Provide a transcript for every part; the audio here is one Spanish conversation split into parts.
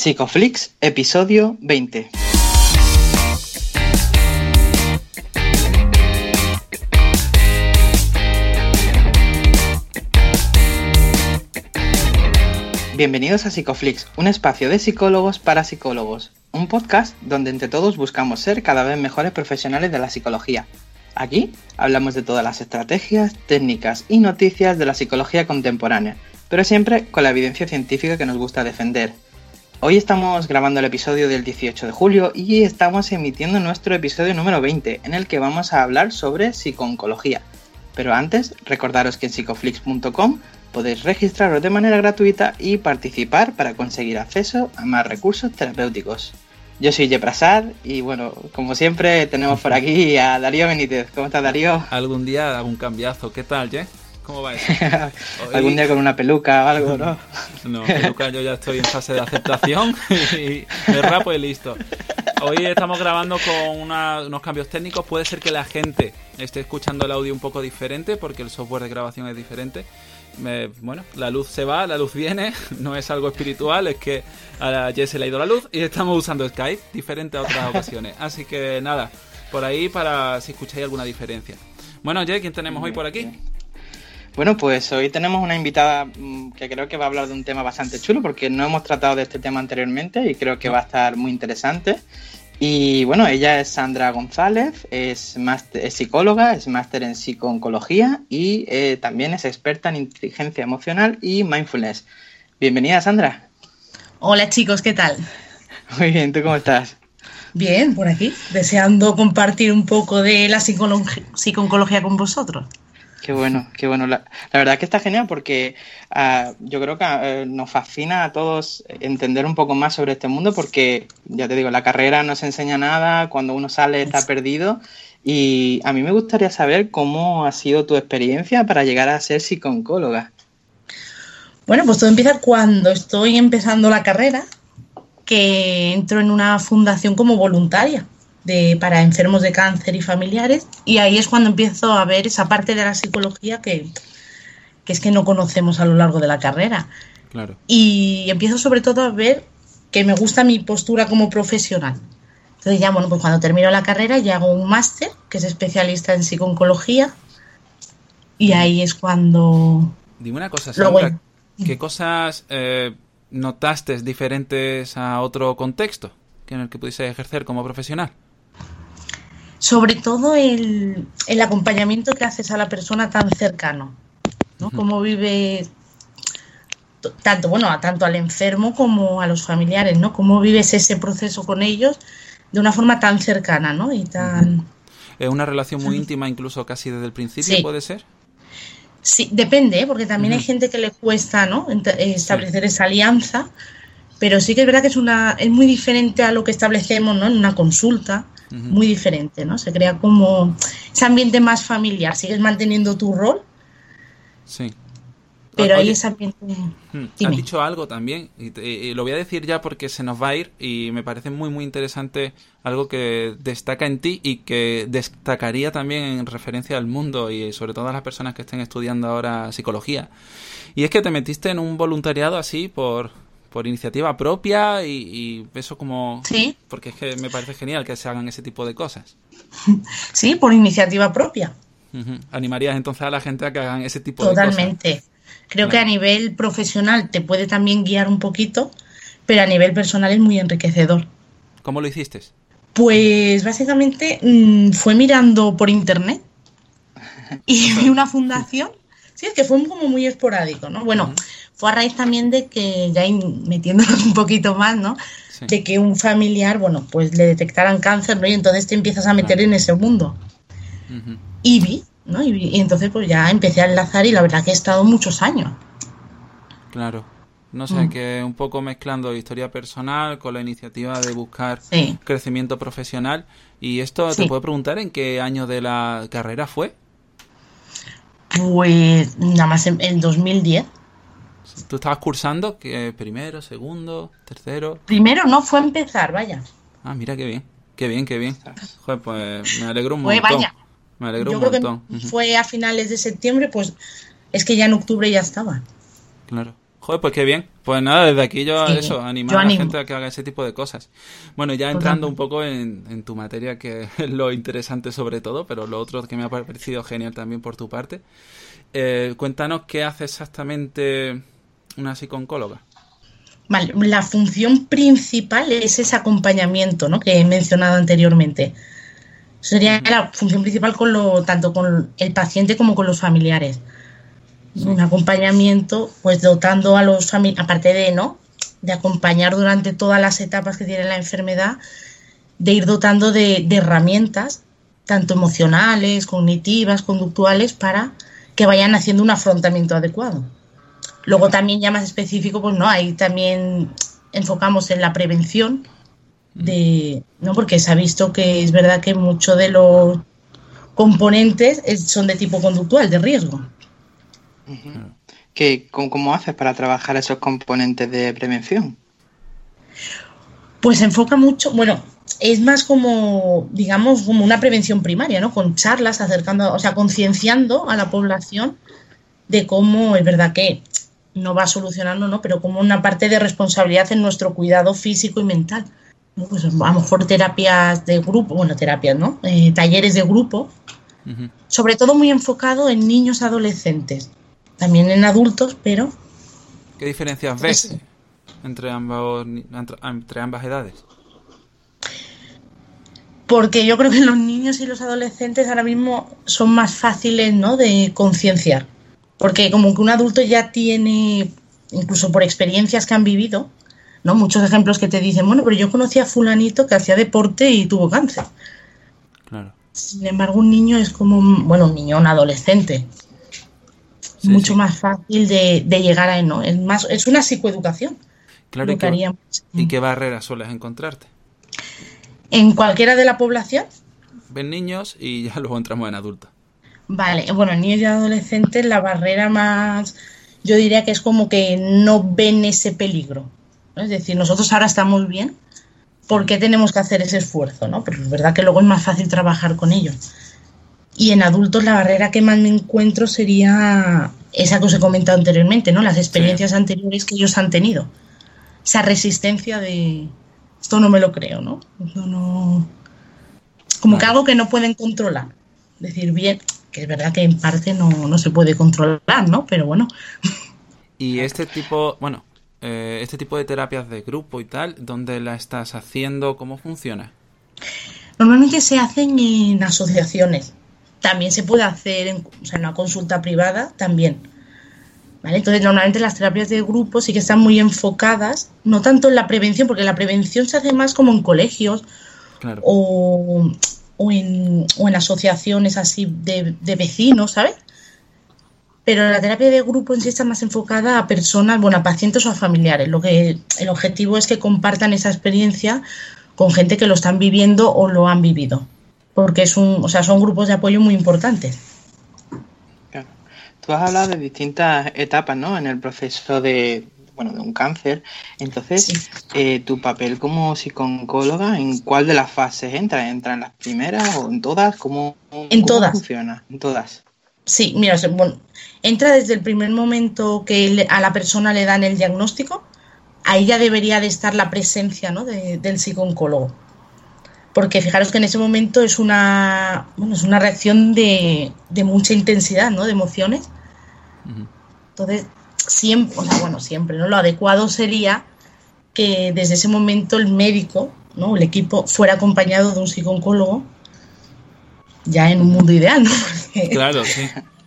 Psicoflix, episodio 20. Bienvenidos a Psicoflix, un espacio de psicólogos para psicólogos. Un podcast donde entre todos buscamos ser cada vez mejores profesionales de la psicología. Aquí hablamos de todas las estrategias, técnicas y noticias de la psicología contemporánea, pero siempre con la evidencia científica que nos gusta defender. Hoy estamos grabando el episodio del 18 de julio y estamos emitiendo nuestro episodio número 20, en el que vamos a hablar sobre psico-oncología. Pero antes, recordaros que en psicoflix.com podéis registraros de manera gratuita y participar para conseguir acceso a más recursos terapéuticos. Yo soy Yeprasad y bueno, como siempre tenemos por aquí a Darío Benítez. ¿Cómo estás, Darío? Algún día hago un cambiazo. ¿Qué tal, Ye? ¿Cómo va eso? Algún día con una peluca o algo, ¿no? No, peluca yo ya estoy en fase de aceptación y me rapo y listo. Hoy estamos grabando con unos cambios técnicos. Puede ser que la gente esté escuchando el audio un poco diferente porque el software de grabación es diferente. Bueno, la luz se va, la luz viene, no es algo espiritual, es que a Jess se le ha ido la luz y estamos usando Skype, diferente a otras ocasiones. Así que nada, por ahí para si escucháis alguna diferencia. Bueno, Jess, ¿quién tenemos hoy por aquí? Bueno, pues hoy tenemos una invitada que creo que va a hablar de un tema bastante chulo porque no hemos tratado de este tema anteriormente y creo que va a estar muy interesante. Y bueno, ella es Sandra González, es psicóloga, es máster en psico-oncología y también es experta en inteligencia emocional y mindfulness. Bienvenida, Sandra. Hola chicos, ¿qué tal? Muy bien, ¿tú cómo estás? Bien, por aquí, deseando compartir un poco de la psico-oncología con vosotros. Qué bueno, qué bueno. La verdad es que está genial porque yo creo que nos fascina a todos entender un poco más sobre este mundo porque, ya te digo, la carrera no se enseña nada, cuando uno sale está perdido y a mí me gustaría saber cómo ha sido tu experiencia para llegar a ser psico-oncóloga. Bueno, pues todo empieza cuando estoy empezando la carrera, que entro en una fundación como voluntaria para enfermos de cáncer y familiares, y ahí es cuando empiezo a ver esa parte de la psicología que es que no conocemos a lo largo de la carrera. Claro. Y empiezo sobre todo a ver que me gusta mi postura como profesional. Entonces ya, bueno, pues cuando termino la carrera ya hago un máster que es especialista en psico-oncología y ahí es cuando... Dime una cosa, Sandra, ¿qué cosas notaste diferentes a otro contexto en el que pudiese ejercer como profesional? Sobre todo el acompañamiento que haces a la persona tan cercano, ¿no? Uh-huh. Cómo vive tanto al enfermo como a los familiares, ¿no? Cómo vives ese proceso con ellos de una forma tan cercana, ¿no? Y tan... ¿Es una relación muy íntima incluso casi desde el principio, sí. ¿Puede ser? Sí, depende, porque también hay gente que le cuesta, ¿no? Establecer esa alianza, pero sí que es verdad que es muy diferente a lo que establecemos, ¿no? En una consulta. Muy diferente, ¿no? Se crea como ese ambiente más familiar. Sigues manteniendo tu rol. Sí. Pero ahí ese ambiente... Has dicho algo también, y lo voy a decir ya porque se nos va a ir, y me parece muy, muy interesante algo que destaca en ti y que destacaría también en referencia al mundo y sobre todo a las personas que estén estudiando ahora psicología. Y es que te metiste en un voluntariado así por iniciativa propia y eso como... Sí. Porque es que me parece genial que se hagan ese tipo de cosas. Sí, por iniciativa propia. Uh-huh. ¿Animarías entonces a la gente a que hagan ese tipo de Totalmente. cosas? Creo que a nivel profesional te puede también guiar un poquito, pero a nivel personal es muy enriquecedor. ¿Cómo lo hiciste? Pues básicamente fue mirando por internet y vi una fundación. Sí, es que fue como muy esporádico, ¿no? Bueno... Uh-huh. Fue a raíz también de que, ya metiéndonos un poquito más, ¿no? Sí. De que un familiar, bueno, pues le detectaran cáncer, ¿no? Y entonces te empiezas a meter en ese mundo. Uh-huh. Y vi, ¿no? Y entonces pues ya empecé a enlazar y la verdad que he estado muchos años. Claro. No sé, que un poco mezclando historia personal con la iniciativa de buscar crecimiento profesional. Y esto, ¿te puedo preguntar en qué año de la carrera fue? Pues nada más en 2010. ¿Tú estabas cursando? ¿Primero, segundo, tercero? Primero no, fue empezar, vaya. Ah, mira qué bien, qué bien, qué bien. Joder, pues me alegro un montón. Vaya. Me alegro un montón. Yo creo que fue a finales de septiembre, pues es que ya en octubre ya estaba. Claro. Joder, pues qué bien. Pues nada, desde aquí yo Sí, animar yo a la animo. gente a que haga ese tipo de cosas. Bueno, ya entrando un Totalmente. poco en tu materia, que es lo interesante sobre todo, pero lo otro que me ha parecido genial también por tu parte. Cuéntanos qué hace exactamente una psicooncóloga. Vale, la función principal es ese acompañamiento, ¿no? Que he mencionado anteriormente. Sería Ujú. la función principal tanto con el paciente como con los familiares. Sí, Un acompañamiento, pues dotando a los familiares, aparte de, ¿no? De acompañar durante todas las etapas que tiene la enfermedad, de ir dotando de herramientas, tanto emocionales, cognitivas, conductuales, para que vayan haciendo un afrontamiento adecuado. Luego también ya más específico, pues no, ahí también enfocamos en la prevención ¿no? Porque se ha visto que es verdad que muchos de los componentes son de tipo conductual, de riesgo. Ujú. claro. ¿Cómo haces para trabajar esos componentes de prevención? Pues se enfoca mucho, bueno, es más como, digamos, como una prevención primaria, ¿no? Con charlas, acercando, o sea, concienciando a la población de cómo es verdad que no va solucionando, ¿no? Pero como una parte de responsabilidad en nuestro cuidado físico y mental. ¿No? Pues a lo mejor terapias de grupo, bueno, terapias, ¿no? Talleres de grupo, Ujú. sobre todo muy enfocado en niños adolescentes, también en adultos, pero ¿Qué diferencias ves pues, entre ambas edades? porque yo creo que los niños y los adolescentes ahora mismo son más fáciles, ¿no? De concienciar, porque como que un adulto ya tiene, incluso por experiencias que han vivido, ¿no? Muchos ejemplos que te dicen, bueno, pero yo conocí a fulanito que hacía deporte y tuvo cáncer. Claro. Sin embargo, un niño es como, bueno, un niño, un adolescente, Sí, mucho sí. más fácil de llegar a él, ¿no? Es una psicoeducación Claro, lo que haríamos ¿y qué barreras sueles encontrarte? en cualquiera de la población. Ven niños y ya luego entramos en adultos. Vale, bueno, en niños y adolescentes la barrera más, yo diría que es como que no ven ese peligro, ¿no? Es decir, nosotros ahora estamos bien, ¿por Ujú. qué tenemos que hacer ese esfuerzo, no? Pero es verdad que luego es más fácil trabajar con ellos. Y en adultos la barrera que más me encuentro sería esa que os he comentado anteriormente, ¿no? Las Sí, experiencias anteriores que ellos han tenido. Esa resistencia de esto no me lo creo, ¿no? Esto no, como que claro. algo que no pueden controlar. Decir bien, que es verdad que en parte no se puede controlar, ¿no? Pero bueno, Y este tipo de terapias de grupo y tal, ¿dónde la estás haciendo? ¿Cómo funciona? normalmente se hacen en asociaciones. También se puede hacer o sea, en una consulta privada, también. ¿Vale? Entonces, normalmente las terapias de grupo sí que están muy enfocadas, no tanto en la prevención, porque la prevención se hace más como en colegios Claro. o en asociaciones así de vecinos, ¿sabes? Pero la terapia de grupo en sí está más enfocada a personas, bueno, a pacientes o a familiares. El objetivo es que compartan esa experiencia con gente que lo están viviendo o lo han vivido. Porque o sea, son grupos de apoyo muy importantes. Claro. Tú has hablado de distintas etapas, ¿no? En el proceso de un cáncer. Entonces, Sí. tu papel como psicooncóloga, ¿en cuál de las fases entra? ¿Entra en las primeras o en todas? En ¿Cómo todas. funciona? En todas. Sí, mira, bueno, entra desde el primer momento que a la persona le dan el diagnóstico, ahí ya debería de estar la presencia, ¿no? Del psicooncólogo. Porque fijaros que en ese momento es una reacción de mucha intensidad, ¿no? De emociones. Ujú. Entonces, siempre, o sea, bueno, siempre, ¿no? Lo adecuado sería que desde ese momento el médico, ¿no? El equipo fuera acompañado de un psicooncólogo, ya en un mundo ideal, ¿no? Claro, sí.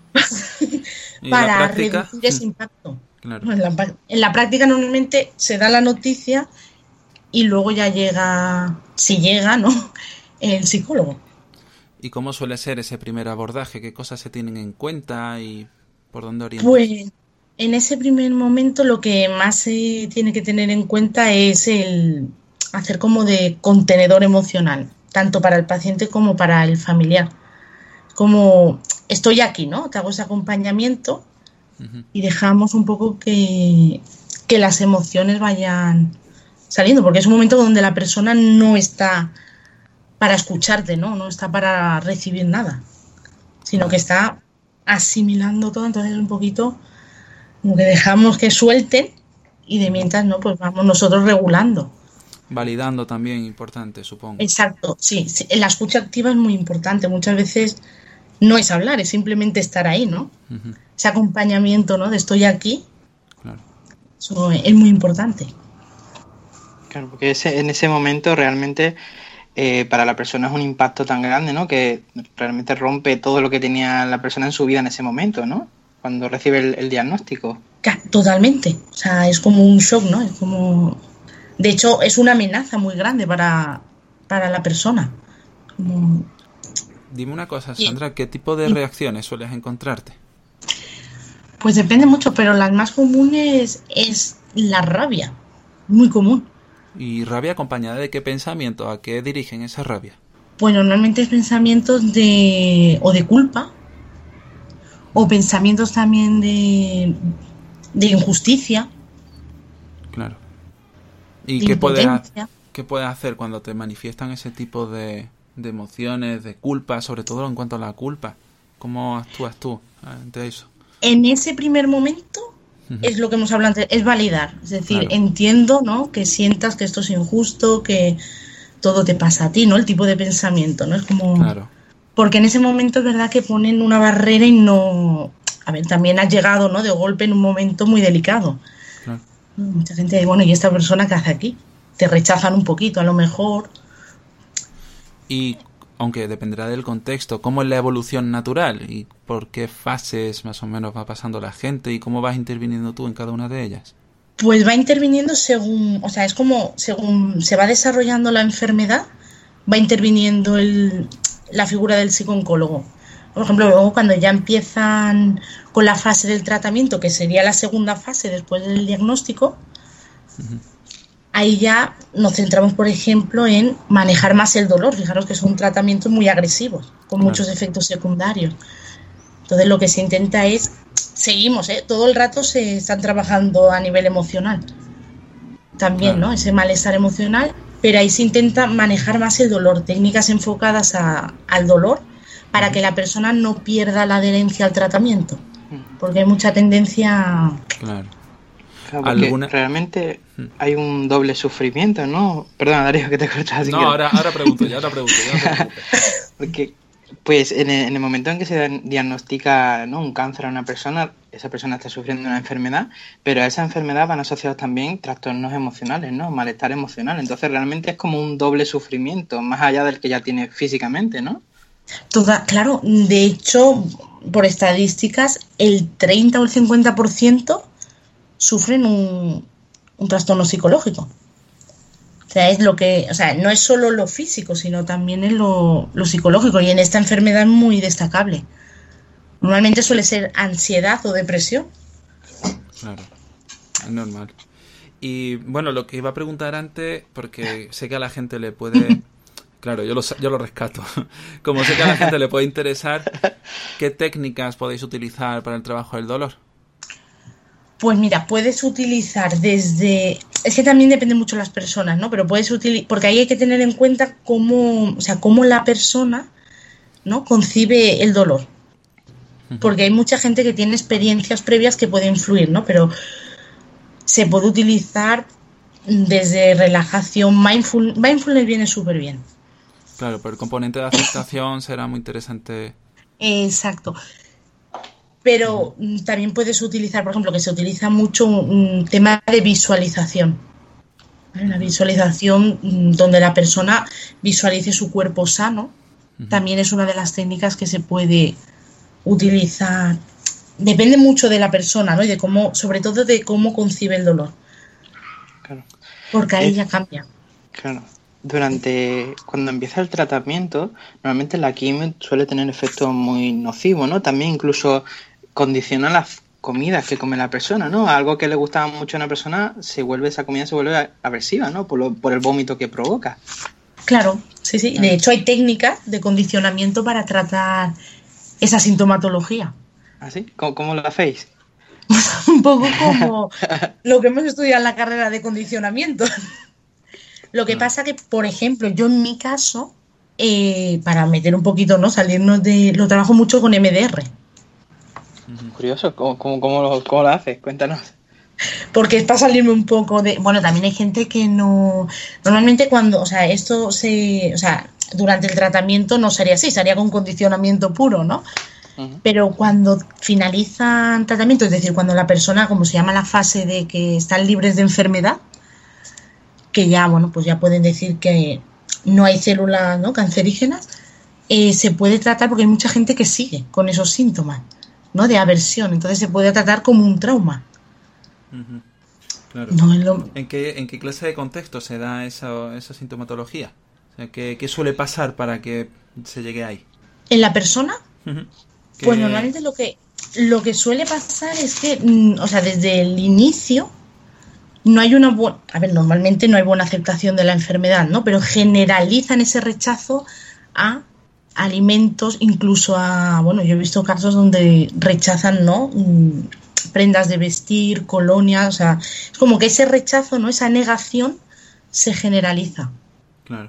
¿Y en la Para práctica? reducir ese impacto. Claro. ¿No? En la práctica normalmente se da la noticia y luego ya llega, si llega, ¿no? El psicólogo. ¿Y cómo suele ser ese primer abordaje? ¿Qué cosas se tienen en cuenta y por dónde orientas? Pues en ese primer momento lo que más se tiene que tener en cuenta es el hacer como de contenedor emocional, tanto para el paciente como para el familiar. Como estoy aquí, ¿no? Te hago ese acompañamiento Ujú. y dejamos un poco que las emociones vayan saliendo, porque es un momento donde la persona no está para escucharte, ¿no? No está para recibir nada, sino que Vale. está asimilando todo, entonces un poquito Como que dejamos que suelten y de mientras, ¿no? Pues vamos nosotros regulando. Validando también, importante, supongo. Exacto, sí. La escucha activa es muy importante. Muchas veces no es hablar, es simplemente estar ahí, ¿no? Uh-huh. Ese acompañamiento, ¿no? De estoy aquí. Claro. Eso es muy importante. Claro, porque en ese momento realmente para la persona es un impacto tan grande, ¿no? Que realmente rompe todo lo que tenía la persona en su vida en ese momento, ¿no? Cuando recibe el diagnóstico. Totalmente. O sea, es como un shock, ¿no? Es como... De hecho, es una amenaza muy grande para la persona. Como... Dime una cosa, Sandra, ¿qué tipo de reacciones sueles encontrarte? Pues depende mucho, pero las más comunes es la rabia. Muy común. ¿Y rabia acompañada de qué pensamiento? ¿A qué dirigen esa rabia? Pues normalmente es pensamientos de culpa o pensamientos también de injusticia. Claro. ¿Y qué puedes hacer cuando te manifiestan ese tipo de emociones, de culpa, sobre todo en cuanto a la culpa? ¿Cómo actúas tú ante eso? En ese primer momento es lo que hemos hablado antes, es validar. Es decir, claro, entiendo, ¿no? Que sientas que esto es injusto, que todo te pasa a ti, ¿no? El tipo de pensamiento, ¿no? Es como... Claro. Porque en ese momento es verdad que ponen una barrera y no... A ver, también has llegado, ¿no? De golpe en un momento muy delicado. Claro. Mucha gente dice, bueno, ¿y esta persona qué hace aquí? Te rechazan un poquito, a lo mejor. Y... aunque dependerá del contexto, ¿cómo es la evolución natural? ¿Y por qué fases más o menos va pasando la gente? ¿Y cómo vas interviniendo tú en cada una de ellas? Pues va interviniendo según, o sea, es como según se va desarrollando la enfermedad, va interviniendo la figura del psicooncólogo. Por ejemplo, luego cuando ya empiezan con la fase del tratamiento, que sería la segunda fase después del diagnóstico, ahí ya nos centramos, por ejemplo, en manejar más el dolor. Fijaros que son tratamientos muy agresivos, con muchos efectos secundarios. Entonces lo que se intenta es, seguimos, todo el rato se están trabajando a nivel emocional. También, ¿no? Ese malestar emocional, pero ahí se intenta manejar más el dolor, técnicas enfocadas al dolor, para que la persona no pierda la adherencia al tratamiento. Porque hay mucha tendencia... Claro, porque realmente hay un doble sufrimiento, ¿no? Perdona, Darío, que te cortas. No, ahora pregunto. Porque, pues, en el momento en que se diagnostica, ¿no?, un cáncer a una persona, esa persona está sufriendo una enfermedad, pero a esa enfermedad van asociados también trastornos emocionales, ¿no? Malestar emocional. Entonces, realmente es como un doble sufrimiento, más allá del que ya tiene físicamente, ¿no? Claro, de hecho, por estadísticas, el 30 o el 50% sufren un trastorno psicológico. O sea, es lo que, o sea, no es solo lo físico, sino también es lo psicológico, y en esta enfermedad es muy destacable. Normalmente suele ser ansiedad o depresión. Claro, es normal. Y bueno, lo que iba a preguntar antes, porque sé que a la gente le puede... Claro, yo lo rescato. Como sé que a la gente le puede interesar, ¿qué técnicas podéis utilizar para el trabajo del dolor? Pues mira, puedes utilizar desde... Es que también depende mucho de las personas, ¿no? Pero puedes utilizar... Porque ahí hay que tener en cuenta cómo la persona, ¿no?, concibe el dolor. Porque hay mucha gente que tiene experiencias previas que pueden influir, ¿no? Pero se puede utilizar desde relajación, mindfulness viene súper bien. Claro, pero el componente de aceptación será muy interesante. Exacto. Pero también puedes utilizar, por ejemplo, que se utiliza mucho un tema de visualización. Una visualización donde la persona visualice su cuerpo sano. También es una de las técnicas que se puede utilizar. Depende mucho de la persona, ¿no? Y de cómo, sobre todo de cómo concibe el dolor. Claro. Porque ahí ya cambia. Claro. Cuando empieza el tratamiento, normalmente la quimio suele tener efectos muy nocivos, ¿no? También incluso condiciona las comidas que come la persona, ¿no? Algo que le gustaba mucho a una persona, esa comida se vuelve aversiva, ¿no? Por el vómito que provoca. Claro, sí. De hecho, hay técnicas de condicionamiento para tratar esa sintomatología. ¿Ah, sí? ¿Cómo lo hacéis? Un poco como lo que hemos estudiado en la carrera de condicionamiento. Lo que pasa que, por ejemplo, yo en mi caso, para meter un poquito, ¿no?, salirnos de... Lo trabajo mucho con MDR. Curioso, ¿cómo lo haces? Cuéntanos. Porque es para salirme un poco de... Bueno, también hay gente que no... Normalmente cuando, o sea, durante el tratamiento no sería así, sería con condicionamiento puro, ¿no? Uh-huh. Pero cuando finalizan tratamiento, es decir, cuando la persona, como se llama la fase de que están libres de enfermedad, que ya, bueno, pues ya pueden decir que no hay células, ¿no?, cancerígenas, se puede tratar porque hay mucha gente que sigue con esos síntomas, ¿no?, de aversión. Entonces se puede tratar como un trauma. Uh-huh. Claro. No, ¿En qué clase de contexto se da esa sintomatología? O sea, ¿qué suele pasar para que se llegue ahí? ¿En la persona? Uh-huh. Pues normalmente lo que suele pasar es que, o sea, desde el inicio no hay una buena... A ver, normalmente no hay buena aceptación de la enfermedad, ¿no? Pero generalizan ese rechazo a alimentos, incluso a... Bueno, yo he visto casos donde rechazan, ¿no?, prendas de vestir, colonias, o sea, es como que ese rechazo, ¿no?, esa negación se generaliza. Claro.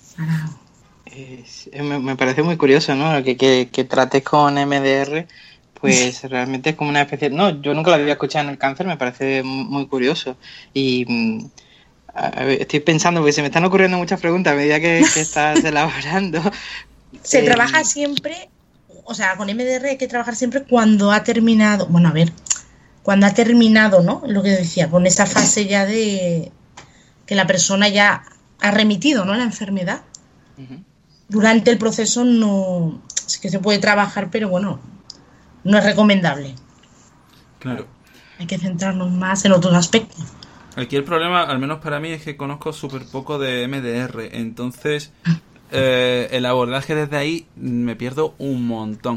Me parece muy curioso, ¿no?, que trates con MDR, pues realmente es como una especie... No, yo nunca lo había escuchado en el cáncer, me parece muy curioso. Y estoy pensando, porque se me están ocurriendo muchas preguntas a medida que estás elaborando. Se trabaja siempre, o sea, con MDR hay que trabajar siempre cuando ha terminado... Bueno, a ver... Cuando ha terminado, ¿no?, lo que decía, con esa fase ya de que la persona ya ha remitido, ¿no?, la enfermedad. Uh-huh. Durante el proceso no, sí que se puede trabajar, pero bueno, no es recomendable. Claro. Hay que centrarnos más en otros aspectos. Aquí el problema, al menos para mí, es que conozco súper poco de MDR, entonces el abordaje desde ahí me pierdo un montón.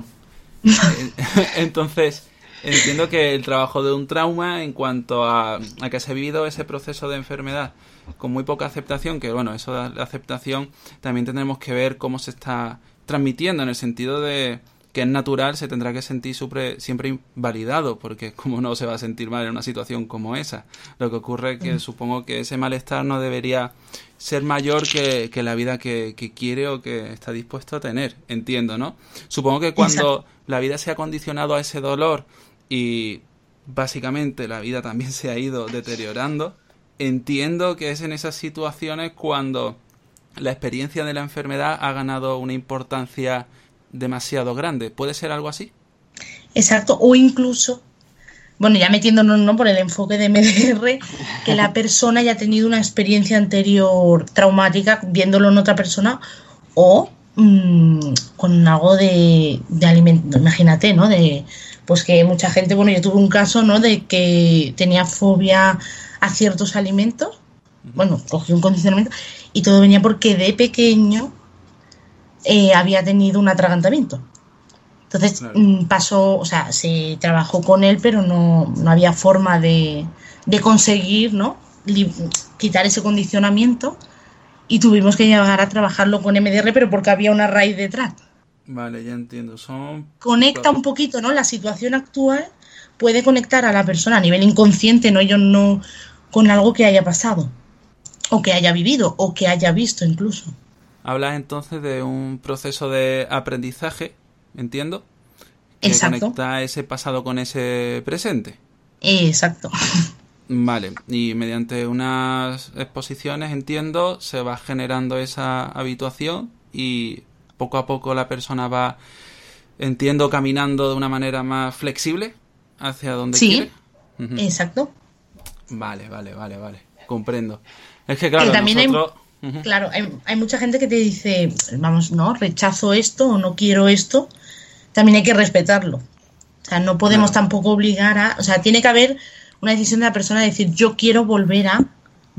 Entonces... Entiendo que el trabajo de un trauma en cuanto a que se ha vivido ese proceso de enfermedad con muy poca aceptación, que bueno, eso de la aceptación también tendremos que ver cómo se está transmitiendo, en el sentido de que es natural, se tendrá que sentir siempre invalidado, porque cómo no se va a sentir mal en una situación como esa. Lo que ocurre es que supongo que ese malestar no debería ser mayor que la vida que quiere o que está dispuesto a tener, entiendo, ¿no? Supongo que cuando la vida se ha condicionado a ese dolor y básicamente la vida también se ha ido deteriorando, entiendo que es en esas situaciones cuando la experiencia de la enfermedad ha ganado una importancia demasiado grande. ¿Puede ser algo así? Exacto, o incluso, bueno, ya metiéndonos, ¿no?, por el enfoque de MDR, que la persona haya tenido una experiencia anterior traumática viéndolo en otra persona, o con algo de alimento, imagínate, ¿no?, de pues que mucha gente, bueno, yo tuve un caso, ¿no?, de que tenía fobia a ciertos alimentos, bueno, cogí un condicionamiento y todo venía porque de pequeño había tenido un atragantamiento. Entonces pasó, o sea, se trabajó con él, pero no había forma de conseguir, ¿no?, quitar ese condicionamiento, y tuvimos que llegar a trabajarlo con MDR, pero porque había una raíz detrás. Vale, ya entiendo. Conecta un poquito, ¿no?, la situación actual puede conectar a la persona a nivel inconsciente, ¿no?, yo no, con algo que haya pasado, o que haya vivido, o que haya visto incluso. Hablas entonces de un proceso de aprendizaje, entiendo, que Exacto. Conecta ese pasado con ese presente. Exacto. Vale, y mediante unas exposiciones, entiendo, se va generando esa habituación y poco a poco la persona va, entiendo, caminando de una manera más flexible hacia donde quiere. Sí, exacto. Vale, comprendo. Es que claro, también nosotros... Claro, hay mucha gente que te dice, vamos, no, rechazo esto o no quiero esto. También hay que respetarlo. O sea, no podemos tampoco obligar a... O sea, tiene que haber una decisión de la persona de decir, yo quiero volver a...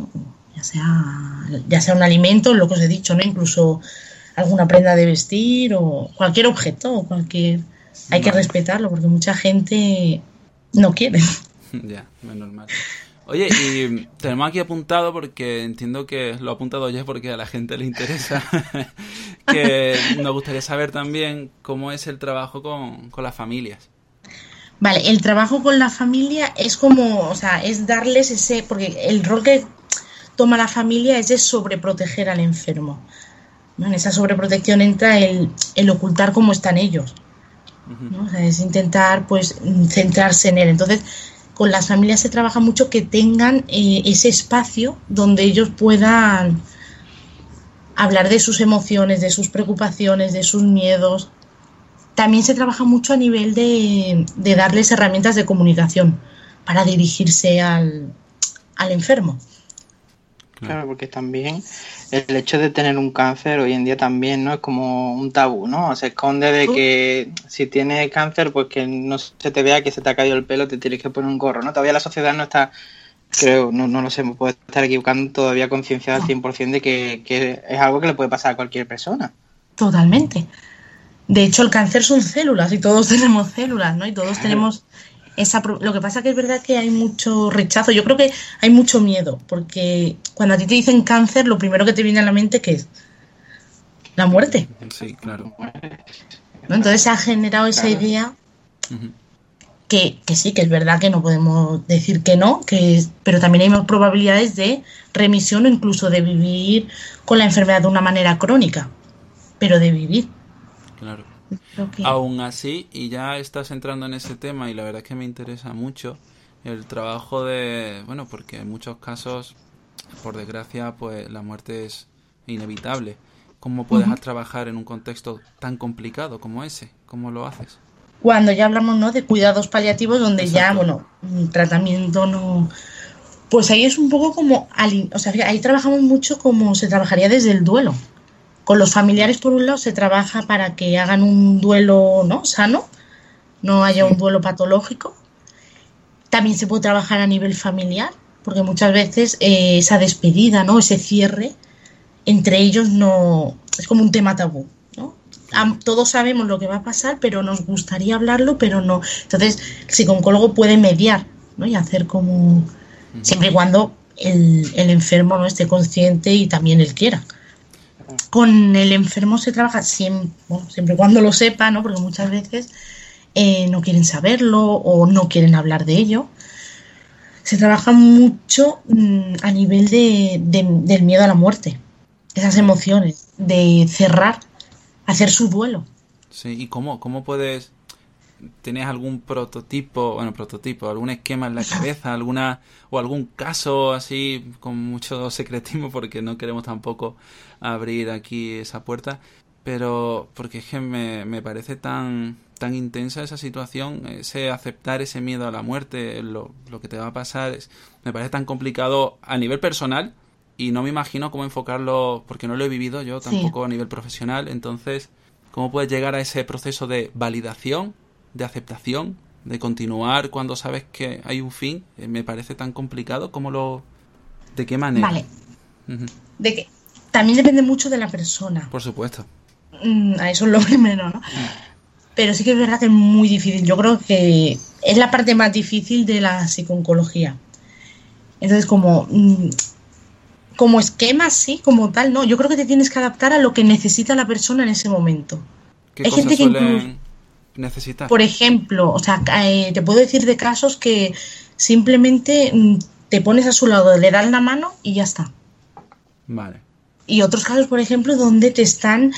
Ya sea un alimento, lo que os he dicho, ¿no? Incluso alguna prenda de vestir o cualquier objeto o cualquier... Hay que respetarlo porque mucha gente no quiere. Ya, no es normal. Oye, y tenemos aquí apuntado, porque entiendo que lo he apuntado yo porque a la gente le interesa, que nos gustaría saber también cómo es el trabajo con las familias. Vale, el trabajo con la familia es como, o sea, es darles ese, porque el rol que toma la familia es de sobreproteger al enfermo, ¿no? En esa sobreprotección entra el ocultar cómo están ellos, ¿no? O sea, es intentar pues centrarse en él. Entonces, con las familias se trabaja mucho que tengan ese espacio donde ellos puedan hablar de sus emociones, de sus preocupaciones, de sus miedos. También se trabaja mucho a nivel de darles herramientas de comunicación para dirigirse al enfermo. Claro, porque también el hecho de tener un cáncer hoy en día también, ¿no? Es como un tabú, ¿no? Se esconde de que si tienes cáncer, pues que no se te vea que se te ha caído el pelo, te tienes que poner un gorro, ¿no? Todavía la sociedad no está, creo, no lo sé, me puedo estar equivocando, todavía concienciada al 100% de que es algo que le puede pasar a cualquier persona. Totalmente. De hecho, el cáncer son células y todos tenemos células, ¿no? Y todos tenemos lo que pasa que es verdad que hay mucho rechazo. Yo creo que hay mucho miedo, porque cuando a ti te dicen cáncer, lo primero que te viene a la mente, ¿qué es? La muerte. Sí, claro. ¿No? Entonces se ha generado esa idea que sí, que es verdad que no podemos decir que no, pero también hay más probabilidades de remisión o incluso de vivir con la enfermedad de una manera crónica, pero de vivir. Claro. Aún así, y ya estás entrando en ese tema y la verdad es que me interesa mucho el trabajo bueno, porque en muchos casos, por desgracia, pues la muerte es inevitable. ¿Cómo puedes trabajar en un contexto tan complicado como ese? ¿Cómo lo haces? Cuando ya hablamos, ¿no?, de cuidados paliativos, donde ya, bueno, tratamiento no... Pues ahí es un poco como... O sea, ahí trabajamos mucho como se trabajaría desde el duelo. Con los familiares, por un lado, se trabaja para que hagan un duelo, ¿no?, sano, no haya un duelo patológico. También se puede trabajar a nivel familiar, porque muchas veces esa despedida, ¿no?, ese cierre, entre ellos no es como un tema tabú, ¿no? Todos sabemos lo que va a pasar, pero nos gustaría hablarlo, pero no. Entonces, el psicooncólogo puede mediar, ¿no?, y hacer como... Siempre y cuando el enfermo no esté consciente y también él quiera. Con el enfermo se trabaja siempre y cuando lo sepa, ¿no?, porque muchas veces no quieren saberlo o no quieren hablar de ello. Se trabaja mucho a nivel del miedo a la muerte, esas emociones, de cerrar, hacer su duelo. Sí, ¿y cómo puedes... ¿Tienes algún prototipo, algún esquema en la cabeza, algún caso así con mucho secretismo, porque no queremos tampoco abrir aquí esa puerta, pero porque es que me parece tan intensa esa situación, ese aceptar ese miedo a la muerte, lo que te va a pasar, me parece tan complicado a nivel personal y no me imagino cómo enfocarlo, porque no lo he vivido yo tampoco a nivel profesional. Entonces, ¿cómo puedes llegar a ese proceso de validación, de aceptación, de continuar cuando sabes que hay un fin? Me parece tan complicado. ¿De qué manera? Vale. De que también depende mucho de la persona. Por supuesto. A eso es lo primero, ¿no? Pero sí que es verdad que es muy difícil. Yo creo que es la parte más difícil de la psicooncología. Entonces, como esquema, sí, como tal, no. Yo creo que te tienes que adaptar a lo que necesita la persona en ese momento. ¿Qué cosas suelen necesitar? Por ejemplo, o sea, te puedo decir de casos que simplemente te pones a su lado, le das la mano y ya está. Vale. Y otros casos, por ejemplo, donde te están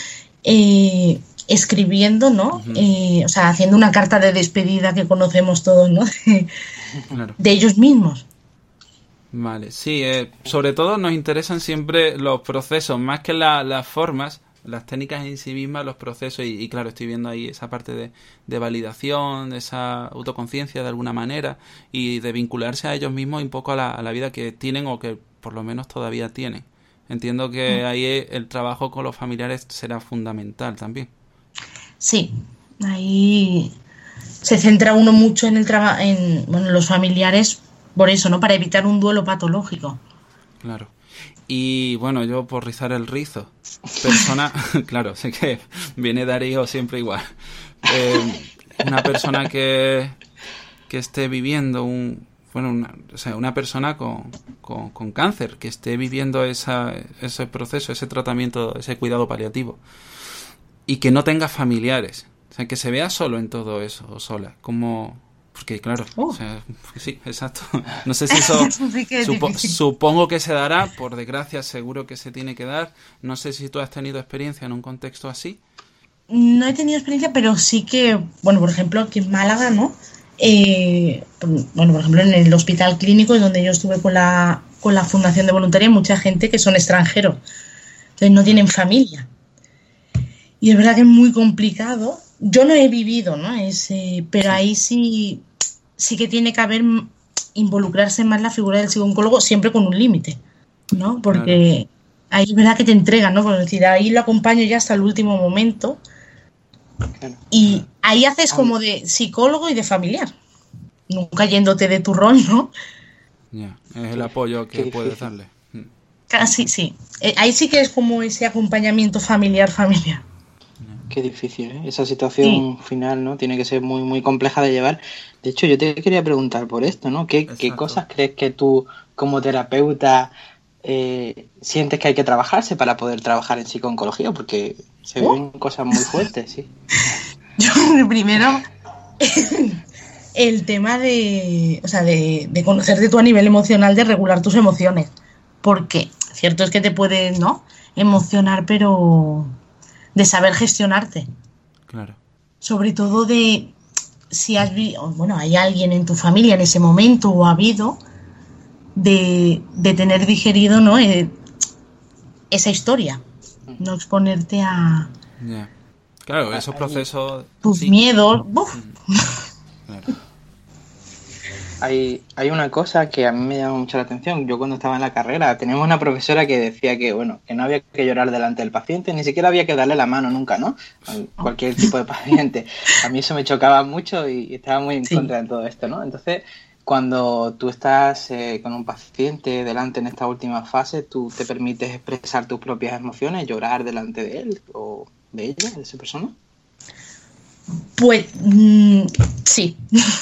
escribiendo, ¿no? O sea, haciendo una carta de despedida que conocemos todos, ¿no? Claro. De ellos mismos. Vale, sí, sobre todo nos interesan siempre los procesos, más que las formas, las técnicas en sí mismas, los procesos, y claro, estoy viendo ahí esa parte de validación, de esa autoconciencia de alguna manera, y de vincularse a ellos mismos un poco a la vida que tienen o que por lo menos todavía tienen. Entiendo que ahí el trabajo con los familiares será fundamental también. Sí, ahí se centra uno mucho en los familiares, por eso, ¿no? Para evitar un duelo patológico. Claro. Y bueno, yo por rizar el rizo, claro, sé que viene Darío siempre igual. Una persona que esté viviendo una persona con cáncer, que esté viviendo ese proceso, ese tratamiento, ese cuidado paliativo, y que no tenga familiares, o sea, que se vea solo en todo eso, o sola, porque claro, o sea, sí, exacto. No sé si eso supongo que se dará, por desgracia seguro que se tiene que dar. No sé si tú has tenido experiencia en un contexto así. no he tenido experiencia, pero sí que, bueno, por ejemplo, aquí en Málaga, ¿no? Bueno, por ejemplo, en el hospital clínico, donde yo estuve con la Fundación de Voluntarios, hay mucha gente que son extranjeros, entonces no tienen familia. Y es verdad que es muy complicado. Yo no he vivido, ¿no? Pero ahí sí que tiene que haber involucrarse más la figura del psicólogo, siempre con un límite, ¿no? Porque ahí es verdad que te entregan, ¿no? Por decir, ahí lo acompaño ya hasta el último momento. Y ahí haces como de psicólogo y de familiar, nunca yéndote de tu rol, ¿no? Ya, es el apoyo que puedes darle. Casi, sí. Ahí sí que es como ese acompañamiento familiar. Qué difícil, ¿eh? Esa situación final, ¿no? Tiene que ser muy, muy compleja de llevar. De hecho, yo te quería preguntar por esto, ¿no? ¿Qué cosas crees que tú, como terapeuta, sientes que hay que trabajarse para poder trabajar en psico-oncología? Porque se ven cosas muy fuertes, sí. Yo, primero, el tema de conocerte tú a nivel emocional, de regular tus emociones. Porque cierto es que te puedes, ¿no?, emocionar, pero de saber gestionarte. Claro. Sobre todo de si hay alguien en tu familia en ese momento, o ha habido, de tener digerido, ¿no?, esa historia. No exponerte a... Yeah. Claro, esos procesos... Tus miedos... Claro. Hay una cosa que a mí me llama mucho la atención. Yo cuando estaba en la carrera teníamos una profesora que decía que no había que llorar delante del paciente, ni siquiera había que darle la mano nunca, ¿no? A cualquier tipo de paciente. A mí eso me chocaba mucho y estaba muy en contra de todo esto, ¿no? Entonces, cuando tú estás con un paciente delante en esta última fase, ¿tú te permites expresar tus propias emociones, llorar delante de él o de ella, de esa persona? Pues sí.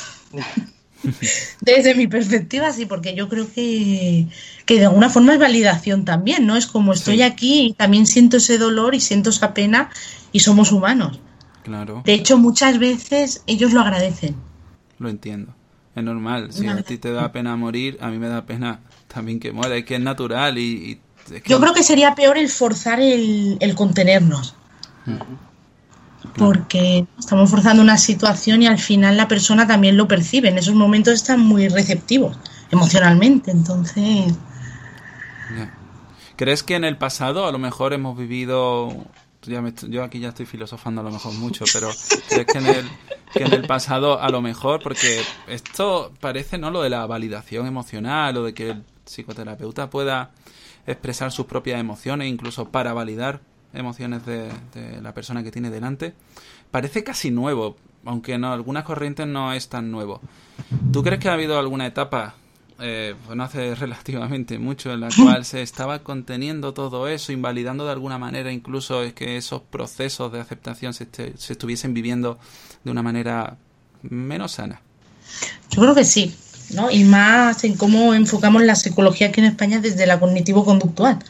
Desde mi perspectiva sí, porque yo creo que de alguna forma es validación también, ¿no? Es como estoy aquí y también siento ese dolor y siento esa pena y somos humanos. Claro. De hecho, muchas veces ellos lo agradecen. Lo entiendo. Es normal. Si a ti te da pena morir, a mí me da pena también que muera. Es que es natural y es que... Yo creo que sería peor el forzar el contenernos. Porque estamos forzando una situación y al final la persona también lo percibe. En esos momentos están muy receptivos emocionalmente, entonces... ¿Crees que en el pasado a lo mejor hemos vivido... Yo aquí ya estoy filosofando a lo mejor mucho, pero ¿crees que en el pasado a lo mejor, porque esto parece, ¿no?, lo de la validación emocional o de que el psicoterapeuta pueda expresar sus propias emociones, incluso para validar emociones de la persona que tiene delante, parece casi nuevo, aunque en algunas corrientes no es tan nuevo. ¿Tú crees que ha habido alguna etapa, no hace relativamente mucho, en la cual se estaba conteniendo todo eso, invalidando de alguna manera incluso es que esos procesos de aceptación se estuviesen viviendo de una manera menos sana? Yo creo que sí, ¿no? Y más en cómo enfocamos la psicología aquí en España desde la cognitivo-conductual.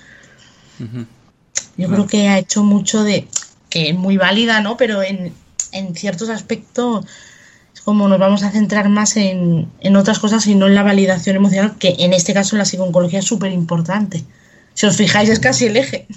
Yo creo que ha hecho mucho que es muy válida, ¿no? Pero en ciertos aspectos es como nos vamos a centrar más en otras cosas y no en la validación emocional, que en este caso en la psico-oncología es súper importante. Si os fijáis, es casi el eje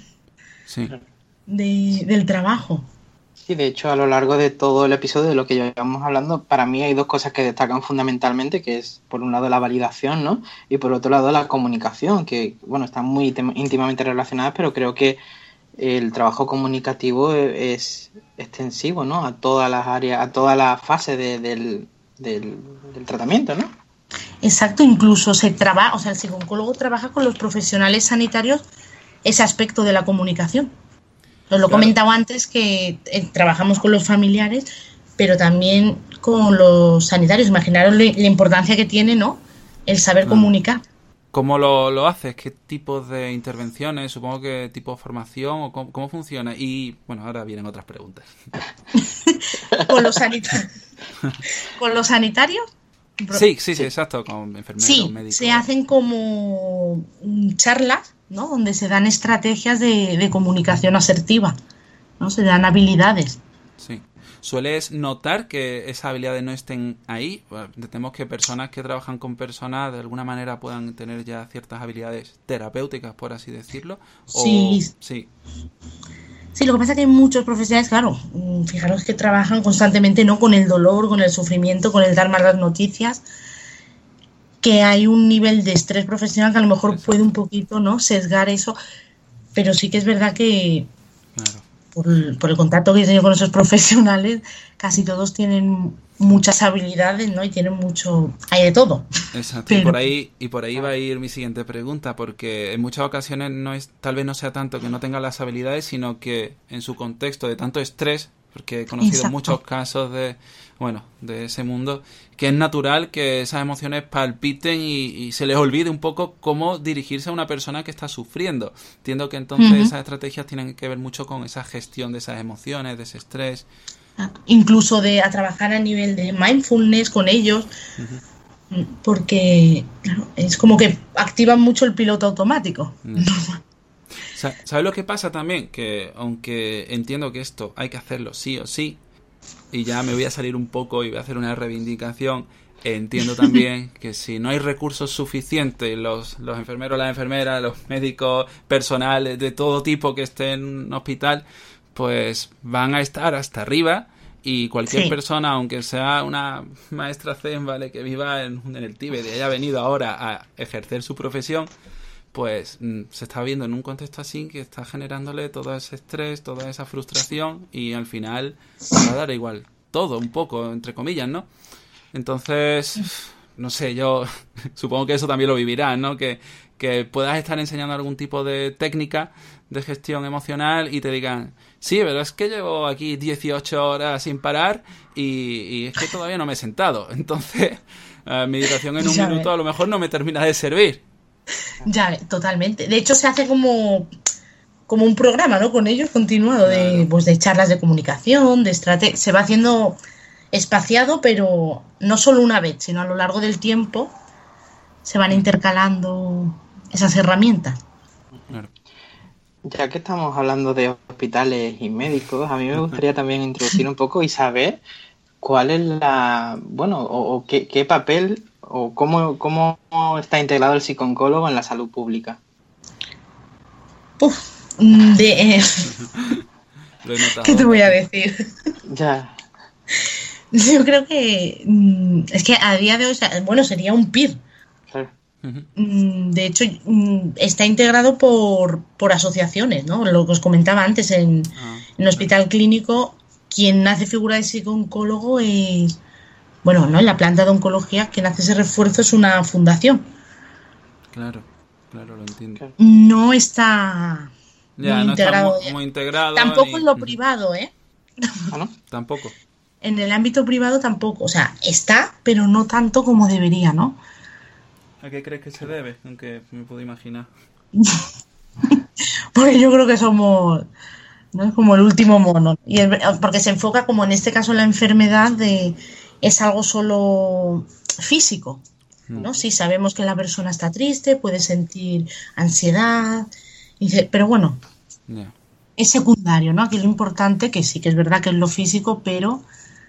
del trabajo. Sí, de hecho, a lo largo de todo el episodio de lo que llevamos hablando, para mí hay dos cosas que destacan fundamentalmente, que es, por un lado, la validación, ¿no? Y por otro lado, la comunicación, que, bueno, están muy íntimamente relacionadas, pero creo que el trabajo comunicativo es extensivo, ¿no?, a todas las áreas, a toda la fase del tratamiento, ¿no? Exacto, incluso el psicólogo trabaja con los profesionales sanitarios ese aspecto de la comunicación. Os lo he comentado antes, que trabajamos con los familiares, pero también con los sanitarios. Imaginaros la importancia que tiene, ¿no?, el saber comunicar. ¿Cómo lo haces? ¿Qué tipos de intervenciones? Supongo que tipo de formación o cómo funciona. Y bueno, ahora vienen otras preguntas. ¿Con los sanitarios? ¿Con los sanitarios? Sí, exacto, con enfermeros, médicos. Se hacen como charlas, ¿no?, donde se dan estrategias de comunicación asertiva, ¿no? Se dan habilidades. Sí. ¿Sueles notar que esas habilidades no estén ahí? Bueno, tenemos que personas que trabajan con personas de alguna manera puedan tener ya ciertas habilidades terapéuticas, por así decirlo. Sí. Sí, lo que pasa es que hay muchos profesionales, claro, fijaros que trabajan constantemente, ¿no? Con el dolor, con el sufrimiento, con el dar malas noticias, que hay un nivel de estrés profesional que a lo mejor puede un poquito, ¿no? Sesgar eso, pero sí que es verdad que por el contacto que he tenido con esos profesionales, casi todos tienen muchas habilidades, ¿no? Y tienen mucho, hay de todo. Exacto. Pero... Y por ahí va a ir mi siguiente pregunta, porque en muchas ocasiones tal vez no sea tanto que no tengan las habilidades, sino que en su contexto de tanto estrés, porque he conocido muchos casos de ese mundo, que es natural que esas emociones palpiten y se les olvide un poco cómo dirigirse a una persona que está sufriendo. Entiendo que entonces esas estrategias tienen que ver mucho con esa gestión de esas emociones, de ese estrés. Incluso a trabajar a nivel de mindfulness con ellos, porque claro, es como que activan mucho el piloto automático. ¿Sabes lo que pasa también? Que aunque entiendo que esto hay que hacerlo sí o sí, y ya me voy a salir un poco y voy a hacer una reivindicación, entiendo también que si no hay recursos suficientes, los enfermeros, las enfermeras, los médicos, personal de todo tipo que esté en un hospital, pues van a estar hasta arriba, y cualquier persona, aunque sea una maestra zen, ¿vale?, que viva en el Tíbet y haya venido ahora a ejercer su profesión, pues se está viendo en un contexto así que está generándole todo ese estrés, toda esa frustración, y al final va a dar igual todo, un poco, entre comillas, ¿no? Entonces, no sé, yo supongo que eso también lo vivirás, ¿no? Que puedas estar enseñando algún tipo de técnica de gestión emocional y te digan, sí, pero es que llevo aquí 18 horas sin parar y es que todavía no me he sentado. Entonces, meditación en un minuto a lo mejor no me termina de servir. Ya, totalmente. De hecho, se hace como un programa, ¿no? Con ellos continuado, de charlas de comunicación, de estrategia. Se va haciendo espaciado, pero no solo una vez, sino a lo largo del tiempo se van intercalando esas herramientas. Claro. Ya que estamos hablando de hospitales y médicos, a mí me gustaría también introducir un poco y saber cuál es o qué papel o cómo está integrado el psicooncólogo en la salud pública. Lo he notado. ¿Qué te voy a decir? Ya. Yo creo que es que a día de hoy, sería un PIR. Claro. De hecho, está integrado por asociaciones, ¿no? Lo que os comentaba antes, en el hospital clínico, quien hace figura de psicooncólogo es, ¿no? En la planta de oncología, quien hace ese refuerzo es una fundación. Claro, lo entiendo. No está muy integrado. Está muy integrado. Tampoco en lo privado, ¿eh? ¿Ah, no? Tampoco. En el ámbito privado tampoco. O sea, está, pero no tanto como debería, ¿no? ¿A qué crees que se debe? Aunque me puedo imaginar. Porque yo creo que somos, ¿no?, es como el último mono. Porque se enfoca como en este caso la enfermedad es algo solo físico, ¿no? Sí, sabemos que la persona está triste, puede sentir ansiedad, pero bueno, es secundario, ¿no? Aquí lo importante, que sí que es verdad que es lo físico, pero...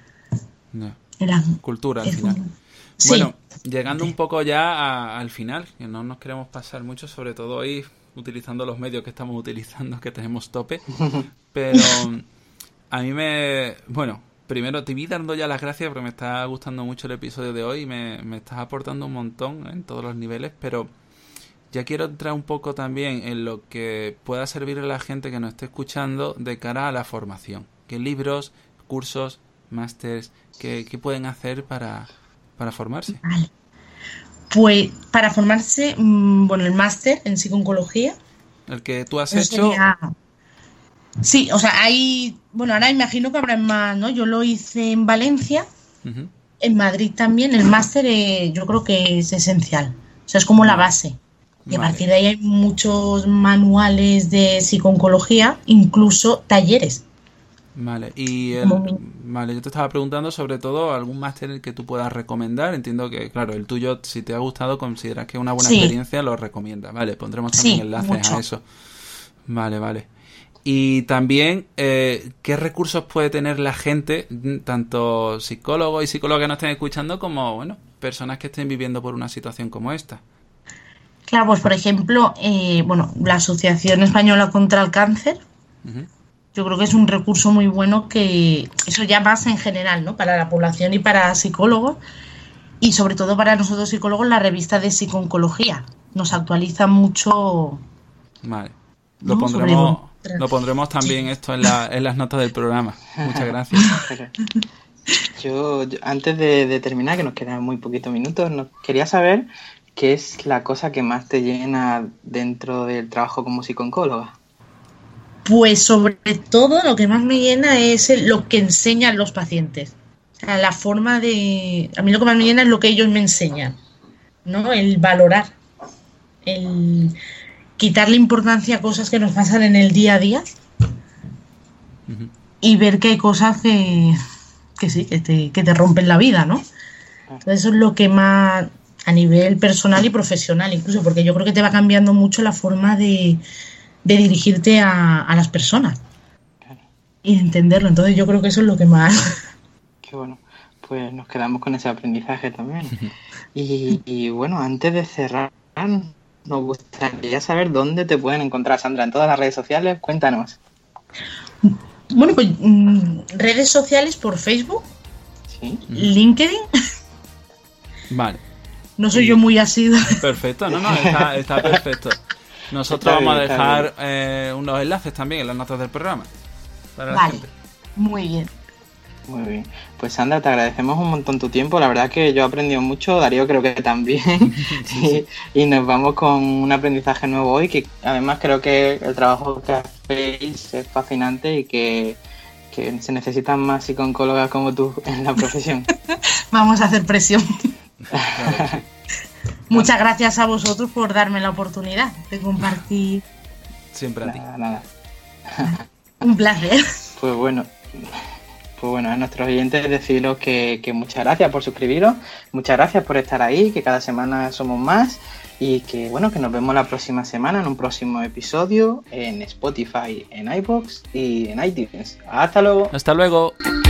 Cultura al final. Sí. Bueno, llegando un poco ya al final, que no nos queremos pasar mucho, sobre todo hoy utilizando los medios que estamos utilizando, que tenemos tope, pero a mí primero te vi dando ya las gracias porque me está gustando mucho el episodio de hoy y me estás aportando un montón en todos los niveles, pero ya quiero entrar un poco también en lo que pueda servir a la gente que nos esté escuchando de cara a la formación. ¿Qué libros, cursos, másters, qué pueden hacer para formarse? Vale. Pues para formarse, el máster en psicooncología. El que tú has hecho... Sí, o sea, ahora imagino que habrá más, ¿no? Yo lo hice en Valencia, en Madrid también. El máster yo creo que es esencial, o sea, es como la base. Y a partir de ahí hay muchos manuales de psicooncología, incluso talleres. Vale, yo te estaba preguntando sobre todo algún máster que tú puedas recomendar. Entiendo que, claro, el tuyo, si te ha gustado, consideras que es una buena experiencia, lo recomiendas. Vale, pondremos también enlaces a eso. Vale. Y también, ¿qué recursos puede tener la gente, tanto psicólogos y psicólogas que nos estén escuchando, como, personas que estén viviendo por una situación como esta? Claro, pues por ejemplo, la Asociación Española contra el Cáncer Yo creo que es un recurso muy bueno, que eso ya más en general, ¿no? Para la población y para psicólogos, y sobre todo para nosotros psicólogos, la revista de psico-oncología. Nos actualiza mucho. Vale. ¿No? Lo pondremos también esto en las notas del programa. Muchas gracias. Yo antes de terminar, que nos quedan muy poquitos minutos, quería saber qué es la cosa que más te llena dentro del trabajo como psicooncóloga. Pues sobre todo lo que más me llena es lo que enseñan los pacientes. O sea, la forma de... A mí lo que más me llena es lo que ellos me enseñan, ¿no? El valorar, el quitarle importancia a cosas que nos pasan en el día a día y ver que hay cosas que sí, que te rompen la vida, ¿no? Entonces eso es lo que más, a nivel personal y profesional incluso, porque yo creo que te va cambiando mucho la forma de dirigirte a las personas y entenderlo. Entonces yo creo que eso es lo que más... Qué bueno, pues nos quedamos con ese aprendizaje también. Y bueno, antes de cerrar, nos gustaría saber dónde te pueden encontrar, Sandra, en todas las redes sociales. Cuéntanos. Bueno, pues redes sociales por Facebook, ¿Sí? LinkedIn. Vale. No soy yo muy asiduo. Perfecto, no, está perfecto. Nosotros vamos a dejar unos enlaces también en las notas del programa para la gente. Muy bien. Muy bien. Pues Sandra, te agradecemos un montón tu tiempo. La verdad que yo he aprendido mucho, Darío creo que también. Sí. Y nos vamos con un aprendizaje nuevo hoy, que además creo que el trabajo que hacéis es fascinante y que se necesitan más psicooncólogas como tú en la profesión. Vamos a hacer presión. Claro, sí. Muchas gracias a vosotros por darme la oportunidad de compartir. Siempre a ti. Nada. Un placer. Pues bueno, a nuestros oyentes deciros que muchas gracias por suscribiros, muchas gracias por estar ahí, que cada semana somos más y que bueno, que nos vemos la próxima semana en un próximo episodio en Spotify, en iVoox y en iTunes. Hasta luego. Hasta luego.